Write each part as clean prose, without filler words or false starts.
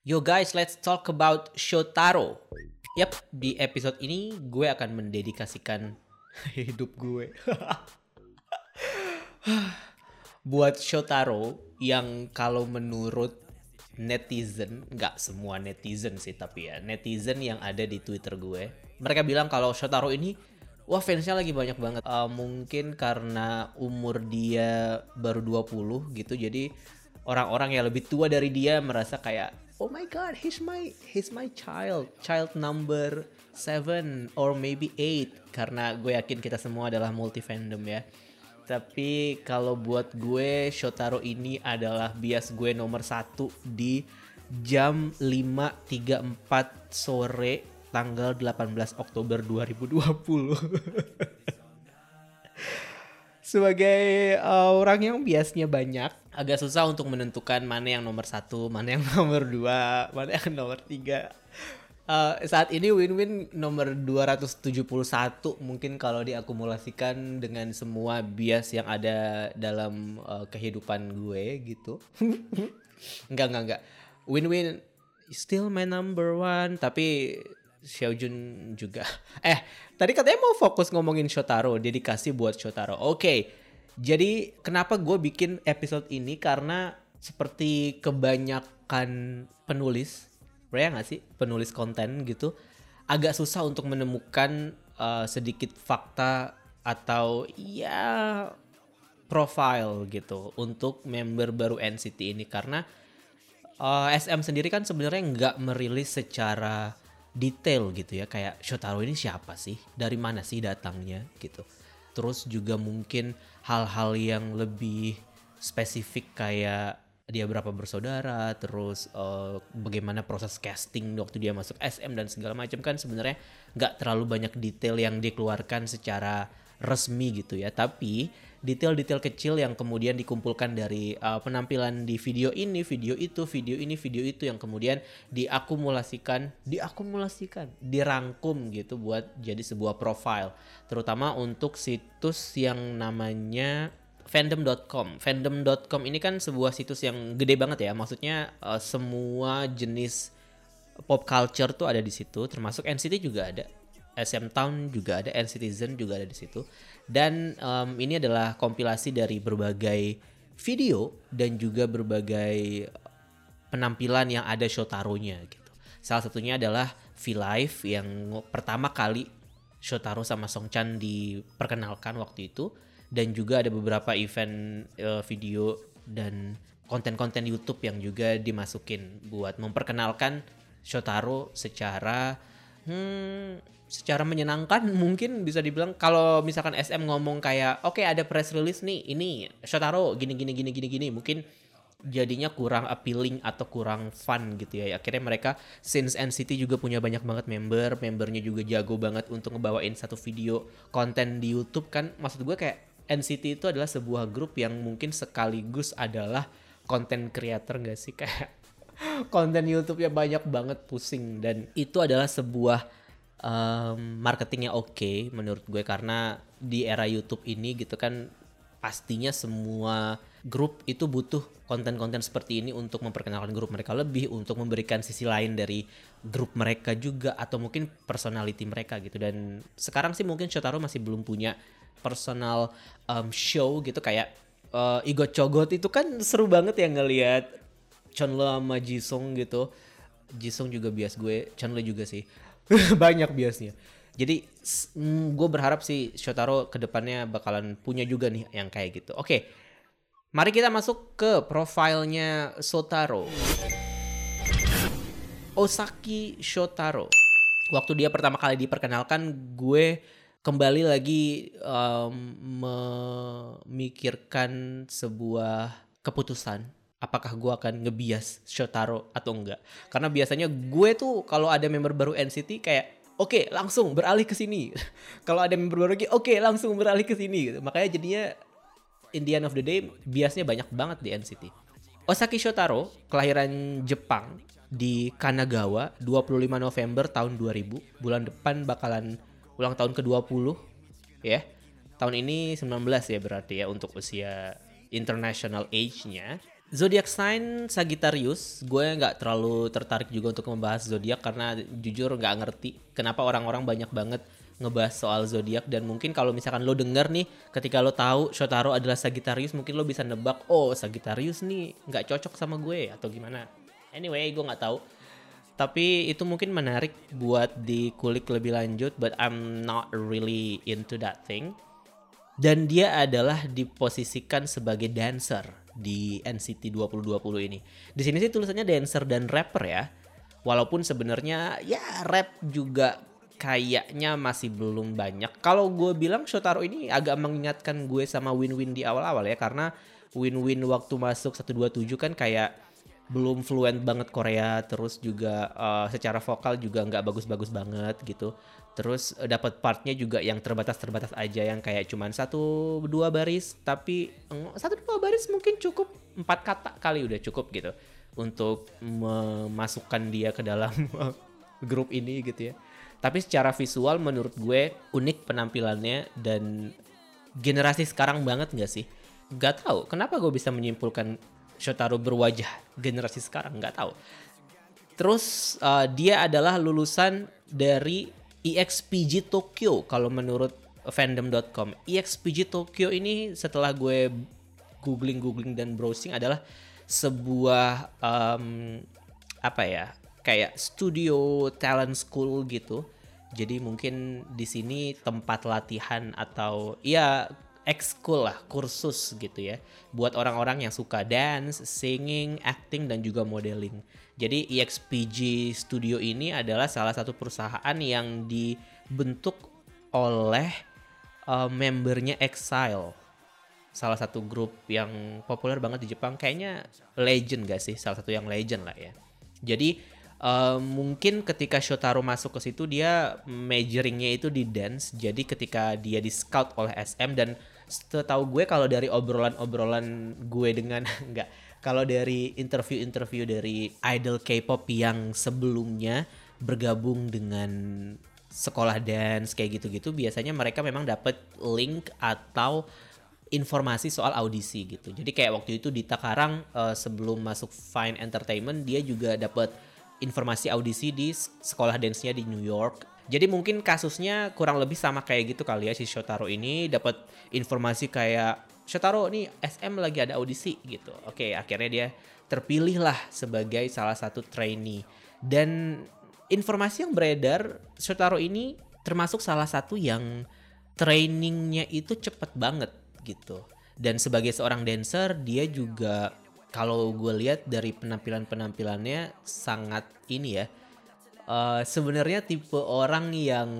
Yo guys, let's talk about Shotaro. Yap, di episode ini gue akan mendedikasikan hidup gue buat Shotaro yang kalau menurut netizen, nggak semua netizen sih tapi ya, netizen yang ada di Twitter gue, mereka bilang kalau Shotaro ini, wah fansnya lagi banyak banget. Mungkin karena umur dia baru 20 gitu, jadi orang-orang yang lebih tua dari dia merasa kayak, oh my god, he's my child number 7 or maybe 8, karena gue yakin kita semua adalah multi fandom ya. Tapi kalau buat gue, Shotaro ini adalah bias gue nomor 1 di jam 5.34 sore tanggal 18 Oktober 2020. Sebagai orang yang biasnya banyak, agak susah untuk menentukan mana yang nomor 1, mana yang nomor 2, mana yang nomor 3. Saat ini Win-Win nomor 271 mungkin kalau diakumulasikan dengan semua bias yang ada dalam kehidupan gue gitu. Enggak. Win-Win still my number 1, tapi Xiaojun juga. Tadi katanya mau fokus ngomongin Shotaro, dedikasi buat Shotaro. Oke, jadi kenapa gue bikin episode ini? Karena seperti kebanyakan penulis, ya nggak sih, penulis konten gitu, agak susah untuk menemukan sedikit fakta atau ya profile gitu untuk member baru NCT ini, karena SM sendiri kan sebenarnya nggak merilis secara detail gitu ya, kayak Shotaro ini siapa sih, dari mana sih datangnya gitu. Terus juga mungkin hal-hal yang lebih spesifik kayak dia berapa bersaudara, terus bagaimana proses casting waktu dia masuk SM dan segala macam, kan sebenarnya nggak terlalu banyak detail yang dikeluarkan secara resmi gitu ya. Tapi detail-detail kecil yang kemudian dikumpulkan dari penampilan di video ini, video itu, video ini, video itu, yang kemudian diakumulasikan, dirangkum gitu buat jadi sebuah profile, terutama untuk situs yang namanya fandom.com. Fandom.com ini kan sebuah situs yang gede banget ya. Maksudnya semua jenis pop culture tuh ada di situ, termasuk NCT juga ada. SM Town juga ada, NCTzen juga ada di situ. Dan ini adalah kompilasi dari berbagai video dan juga berbagai penampilan yang ada Shotaro-nya gitu. Salah satunya adalah V-Live yang pertama kali Shotaro sama Songchan diperkenalkan waktu itu. Dan juga ada beberapa event video dan konten-konten YouTube yang juga dimasukin buat memperkenalkan Shotaro secara menyenangkan, mungkin bisa dibilang. Kalau misalkan SM ngomong kayak oke, ada press release nih, ini Shotaro gini, mungkin jadinya kurang appealing atau kurang fun gitu ya. Akhirnya mereka, since NCT juga punya banyak banget membernya juga jago banget untuk ngebawain satu video konten di YouTube kan. Maksud gue kayak NCT itu adalah sebuah grup yang mungkin sekaligus adalah content creator gak sih? Kayak konten YouTube-nya banyak banget, pusing. Dan itu adalah sebuah marketingnya oke menurut gue, karena di era YouTube ini gitu kan, pastinya semua grup itu butuh konten-konten seperti ini untuk memperkenalkan grup mereka lebih, untuk memberikan sisi lain dari grup mereka juga, atau mungkin personality mereka gitu. Dan sekarang sih mungkin Shotaro masih belum punya personal show gitu, kayak Igot Chogot itu kan seru banget ya ngelihat Chonle sama Jisung gitu. Jisung juga bias gue, Chonle juga sih. Banyak biasnya. Jadi gue berharap sih Shotaro kedepannya bakalan punya juga nih yang kayak gitu. Oke, mari kita masuk ke profilnya Shotaro. Osaki Shotaro. Waktu dia pertama kali diperkenalkan, gue kembali lagi memikirkan sebuah keputusan. Apakah gue akan ngebias Shotaro atau enggak? Karena biasanya gue tuh kalau ada member baru NCT kayak oke, langsung beralih ke sini. Kalau ada member baru lagi, oke, langsung beralih ke sini gitu. Makanya jadinya in the end of the day biasnya banyak banget di NCT. Osaki Shotaro kelahiran Jepang di Kanagawa 25 November tahun 2000. Bulan depan bakalan ulang tahun ke-20 ya. Tahun ini 19 ya berarti ya untuk usia international age-nya. Zodiac sign Sagittarius, gue nggak terlalu tertarik juga untuk membahas zodiak karena jujur nggak ngerti kenapa orang-orang banyak banget ngebahas soal zodiak. Dan mungkin kalau misalkan lo denger nih, ketika lo tahu Shotaro adalah Sagittarius, mungkin lo bisa nebak, oh Sagittarius nih nggak cocok sama gue atau gimana. Anyway, gue nggak tahu. Tapi itu mungkin menarik buat dikulik lebih lanjut, but I'm not really into that thing. Dan dia adalah diposisikan sebagai dancer di NCT 2020 ini. Di sini sih tulisannya dancer dan rapper ya. Walaupun sebenarnya ya rap juga kayaknya masih belum banyak. Kalau gue bilang Shotaro ini agak mengingatkan gue sama Win di awal-awal ya. Karena Win waktu masuk 127 kan kayak belum fluent banget Korea, terus juga secara vokal juga nggak bagus-bagus banget gitu. Terus dapat partnya juga yang terbatas-terbatas aja, yang kayak cuman 1-2 baris, tapi 1-2 baris mungkin cukup, 4 kata kali udah cukup gitu untuk memasukkan dia ke dalam grup ini gitu ya. Tapi secara visual menurut gue unik penampilannya, dan generasi sekarang banget nggak sih? Gak tahu kenapa gue bisa menyimpulkan Shotaro berwajah generasi sekarang, nggak tahu. Terus dia adalah lulusan dari EXPG Tokyo kalau menurut fandom.com. EXPG Tokyo ini setelah gue googling dan browsing adalah sebuah apa ya, kayak studio talent school gitu. Jadi mungkin di sini tempat latihan atau ya ekskul lah, kursus gitu ya, buat orang-orang yang suka dance, singing, acting, dan juga modeling. Jadi EXPG Studio ini adalah salah satu perusahaan yang dibentuk oleh membernya EXILE, salah satu grup yang populer banget di Jepang, kayaknya legend gak sih, salah satu yang legend lah ya. Jadi mungkin ketika Shotaro masuk ke situ dia majoringnya itu di dance. Jadi ketika dia di scout oleh SM, dan setahu gue kalau dari obrolan gue dengan kalau dari interview dari idol K-pop yang sebelumnya bergabung dengan sekolah dance kayak gitu-gitu, biasanya mereka memang dapat link atau informasi soal audisi gitu. Jadi kayak waktu itu Dita Karang sebelum masuk Fine Entertainment, dia juga dapat informasi audisi di sekolah dance-nya di New York. Jadi mungkin kasusnya kurang lebih sama kayak gitu kali ya, si Shotaro ini dapat informasi kayak Shotaro nih SM lagi ada audisi gitu. Oke, akhirnya dia terpilih lah sebagai salah satu trainee. Dan informasi yang beredar, Shotaro ini termasuk salah satu yang trainingnya itu cepet banget gitu. Dan sebagai seorang dancer, dia juga kalau gue lihat dari penampilannya sangat ini ya. Sebenarnya tipe orang yang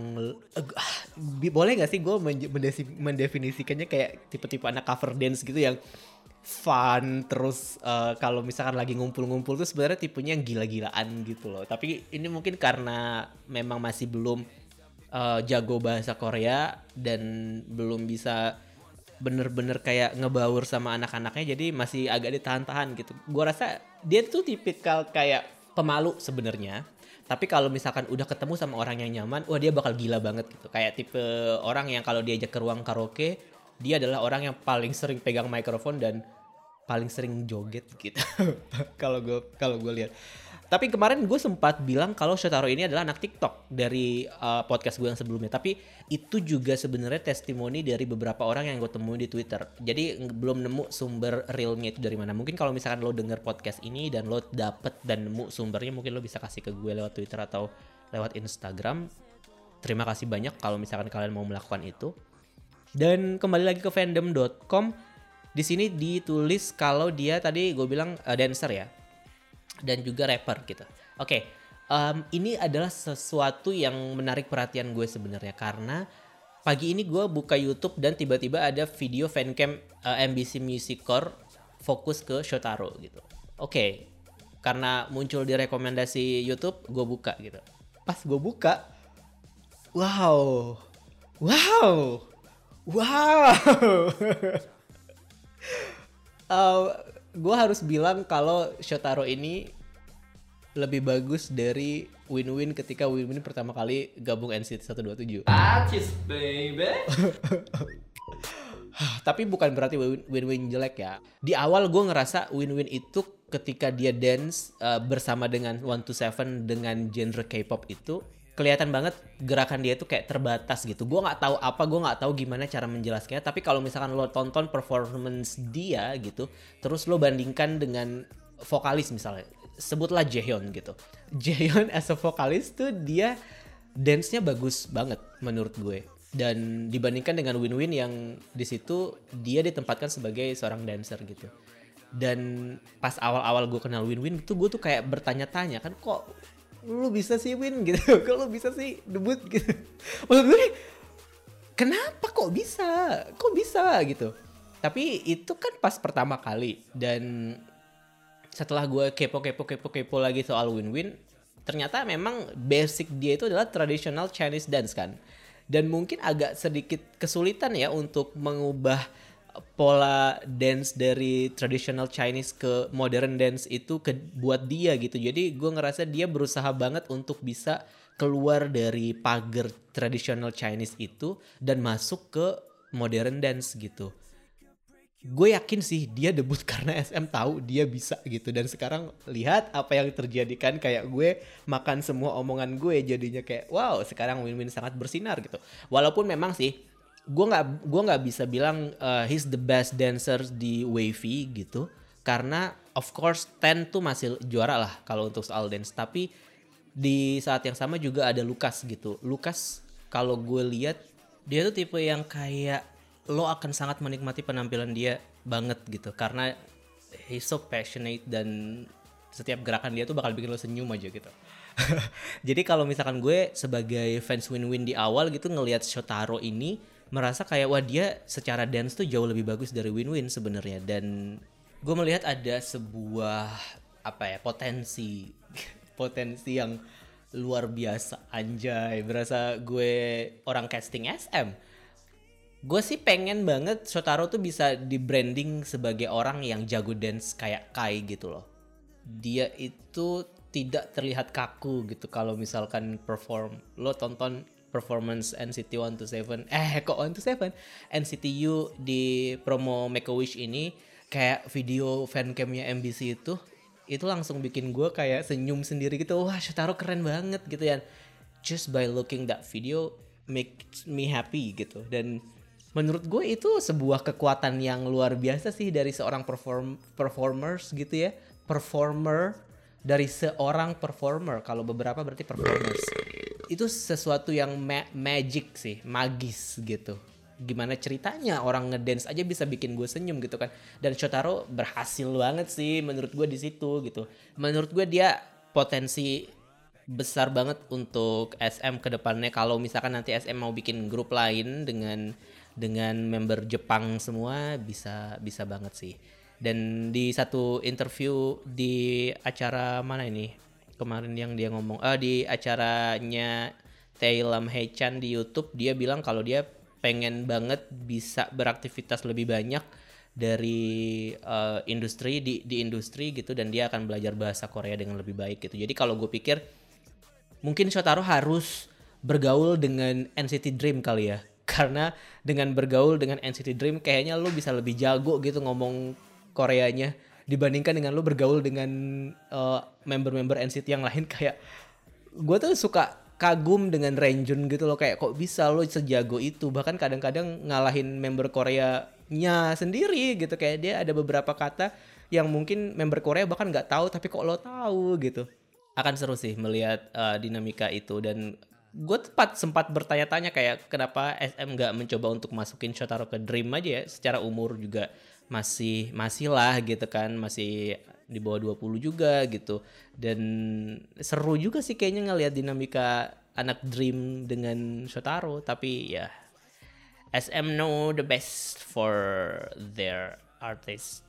boleh nggak sih gue mendefinisikannya kayak tipe-tipe anak cover dance gitu yang fun, terus kalau misalkan lagi ngumpul-ngumpul tuh sebenarnya tipenya yang gila-gilaan gitu loh. Tapi ini mungkin karena memang masih belum jago bahasa Korea dan belum bisa bener-bener kayak ngebaur sama anak-anaknya, jadi masih agak ditahan-tahan gitu. Gue rasa dia tuh tipikal kayak pemalu sebenarnya, tapi kalau misalkan udah ketemu sama orang yang nyaman, wah dia bakal gila banget gitu. Kayak tipe orang yang kalau diajak ke ruang karaoke, dia adalah orang yang paling sering pegang mikrofon dan paling sering joget gitu. kalau gue lihat. Tapi kemarin gue sempat bilang kalau Shotaro ini adalah anak TikTok dari podcast gue yang sebelumnya. Tapi itu juga sebenarnya testimoni dari beberapa orang yang gue temuin di Twitter. Jadi belum nemu sumber realnya itu dari mana. Mungkin kalau misalkan lo denger podcast ini dan lo dapet dan nemu sumbernya, mungkin lo bisa kasih ke gue lewat Twitter atau lewat Instagram. Terima kasih banyak kalau misalkan kalian mau melakukan itu. Dan kembali lagi ke fandom.com. Di sini ditulis kalau dia tadi gue bilang dancer ya, dan juga rapper gitu. Oke, ini adalah sesuatu yang menarik perhatian gue sebenarnya, karena pagi ini gue buka YouTube dan tiba-tiba ada video fancam MBC Music Core fokus ke Shotaro gitu. Oke, karena muncul di rekomendasi YouTube, gue buka gitu. Pas gue buka, wow. Gue harus bilang kalau Shotaro ini lebih bagus dari Win ketika Win pertama kali gabung NCT 127. Acis baby. Tapi bukan berarti Win-Win jelek ya. Di awal gue ngerasa Win-Win itu ketika dia dance bersama dengan 127 dengan genre K-pop itu kelihatan banget gerakan dia itu kayak terbatas gitu. Gue nggak tahu apa, gue nggak tahu gimana cara menjelaskannya. Tapi kalau misalkan lo tonton performance dia gitu, terus lo bandingkan dengan vokalis misalnya, sebutlah Jaehyun gitu. Jaehyun as a vokalis tuh dia dance-nya bagus banget menurut gue. Dan dibandingkan dengan Win-Win yang di situ dia ditempatkan sebagai seorang dancer gitu. Dan pas awal-awal gue kenal Win-Win itu gue tuh kayak bertanya-tanya kan, kok lu bisa sih Win gitu, kok lu bisa sih debut gitu. Maksud gue kenapa kok bisa gitu. Tapi itu kan pas pertama kali, dan setelah gue kepo lagi soal Win-Win, ternyata memang basic dia itu adalah traditional Chinese dance kan. Dan mungkin agak sedikit kesulitan ya untuk mengubah pola dance dari traditional Chinese ke modern dance itu buat dia gitu. Jadi gue ngerasa dia berusaha banget untuk bisa keluar dari pagar traditional Chinese itu dan masuk ke modern dance gitu. Gue yakin sih dia debut karena SM tahu dia bisa gitu, dan sekarang lihat apa yang terjadi kan, kayak gue makan semua omongan gue jadinya kayak wow, sekarang Win-Win sangat bersinar gitu. Walaupun memang sih gue nggak bisa bilang he's the best dancer di Wavy gitu, karena of course Ten tuh masih juara lah kalau untuk soal dance. Tapi di saat yang sama juga ada Lucas gitu. Lucas kalau gue lihat dia tuh tipe yang kayak lo akan sangat menikmati penampilan dia banget gitu, karena he's so passionate dan setiap gerakan dia tuh bakal bikin lo senyum aja gitu. Jadi kalau misalkan gue sebagai fans Win-Win di awal gitu ngelihat Shotaro ini, merasa kayak wah dia secara dance tuh jauh lebih bagus dari Win-Win sebenarnya. Dan gue melihat ada sebuah potensi yang luar biasa, anjay, berasa gue orang casting SM. Gue sih pengen banget Shotaro tuh bisa di branding sebagai orang yang jago dance kayak Kai gitu loh. Dia itu tidak terlihat kaku gitu kalau misalkan perform. Lo tonton performance NCT 127, kok 127? NCTU di promo Make-A-Wish ini, kayak video fancamnya MBC itu langsung bikin gue kayak senyum sendiri gitu. Wah, Shotaro keren banget gitu ya. Just by looking that video makes me happy gitu. Dan menurut gue itu sebuah kekuatan yang luar biasa sih dari seorang performers gitu ya. Dari seorang performer, kalau beberapa berarti performers. Itu sesuatu yang magic sih, magis gitu. Gimana ceritanya orang ngedance aja bisa bikin gue senyum gitu kan. Dan Shotaro berhasil banget sih menurut gue di situ gitu. Menurut gue dia potensi besar banget untuk SM ke depannya, kalau misalkan nanti SM mau bikin grup lain dengan member Jepang semua, bisa banget sih. Dan di satu interview di acara mana ini kemarin yang dia ngomong di acaranya Tae Lam Hae Chan di YouTube, dia bilang kalau dia pengen banget bisa beraktivitas lebih banyak dari industri di industri gitu, dan dia akan belajar bahasa Korea dengan lebih baik gitu. Jadi kalau gue pikir mungkin Shotaro harus bergaul dengan NCT Dream kali ya. Karena dengan bergaul dengan NCT Dream kayaknya lu bisa lebih jago gitu ngomong Koreanya dibandingkan dengan lu bergaul dengan member-member NCT yang lain. Kayak gue tuh suka kagum dengan Renjun gitu loh, kayak kok bisa lo sejago itu, bahkan kadang-kadang ngalahin member Koreanya sendiri gitu. Kayak dia ada beberapa kata yang mungkin member Korea bahkan nggak tahu, tapi kok lo tahu gitu. Akan seru sih melihat dinamika itu. Dan gue sempat bertanya-tanya kayak kenapa SM nggak mencoba untuk masukin Shotaro ke Dream aja ya. Secara umur juga masih lah gitu kan, masih di bawah 20 juga gitu. Dan seru juga sih kayaknya ngelihat dinamika anak Dream dengan Shotaro. Tapi ya SM know the best for their artist.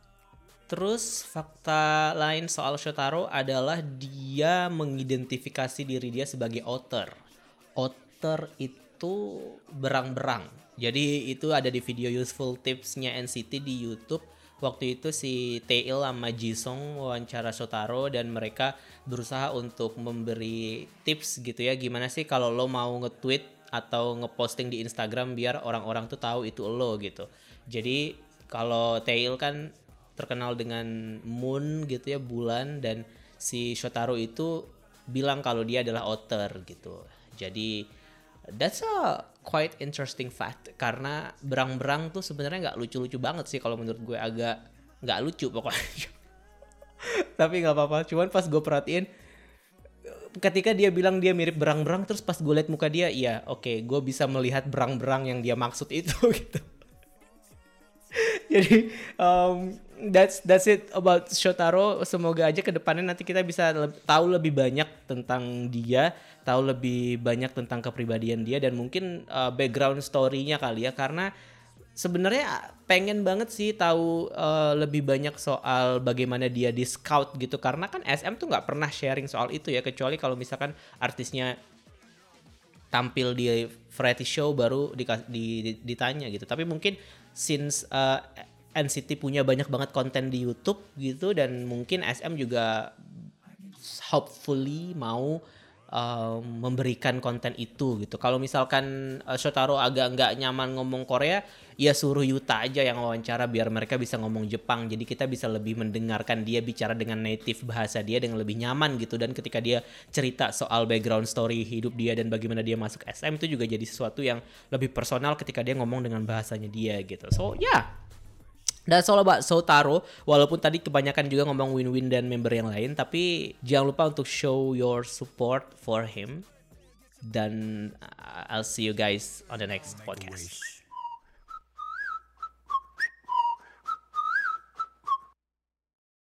Terus fakta lain soal Shotaro adalah dia mengidentifikasi diri dia sebagai outer. Outer itu berang-berang. Jadi itu ada di video useful tipsnya NCT di YouTube. Waktu itu si Taeil sama Jisung wawancara Shotaro, dan mereka berusaha untuk memberi tips gitu ya, gimana sih kalau lo mau nge-tweet atau ngeposting di Instagram biar orang-orang tuh tahu itu lo gitu. Jadi kalau Tail kan terkenal dengan moon gitu ya, bulan, dan si Shotaro itu bilang kalau dia adalah otter gitu. Jadi that's a quite interesting fact karena berang-berang tuh sebenarnya nggak lucu-lucu banget sih kalau menurut gue, agak nggak lucu pokoknya. Tapi nggak apa-apa. Cuman pas gue perhatiin ketika dia bilang dia mirip berang-berang, terus pas gue liat muka dia, iya oke, gue bisa melihat berang-berang yang dia maksud itu gitu. Jadi that's it about Shotaro. Semoga aja kedepannya nanti kita bisa tahu lebih banyak tentang dia, tahu lebih banyak tentang kepribadian dia, dan mungkin background story-nya kali ya, karena sebenarnya pengen banget sih tahu lebih banyak soal bagaimana dia di scout gitu, karena kan SM tuh nggak pernah sharing soal itu ya, kecuali kalau misalkan artisnya tampil di variety show baru ditanya gitu. Tapi mungkin since NCT punya banyak banget konten di YouTube gitu, dan mungkin SM juga hopefully mau memberikan konten itu gitu. Kalau misalkan Shotaro agak nggak nyaman ngomong Korea, ya suruh Yuta aja yang wawancara biar mereka bisa ngomong Jepang. Jadi kita bisa lebih mendengarkan dia bicara dengan native bahasa dia dengan lebih nyaman gitu. Dan ketika dia cerita soal background story hidup dia dan bagaimana dia masuk SM, itu juga jadi sesuatu yang lebih personal ketika dia ngomong dengan bahasanya dia gitu. So yeah, that's all about Shotaro. Walaupun tadi kebanyakan juga ngomong Win-Win dan member yang lain, tapi jangan lupa untuk show your support for him. Dan I'll see you guys on the next podcast.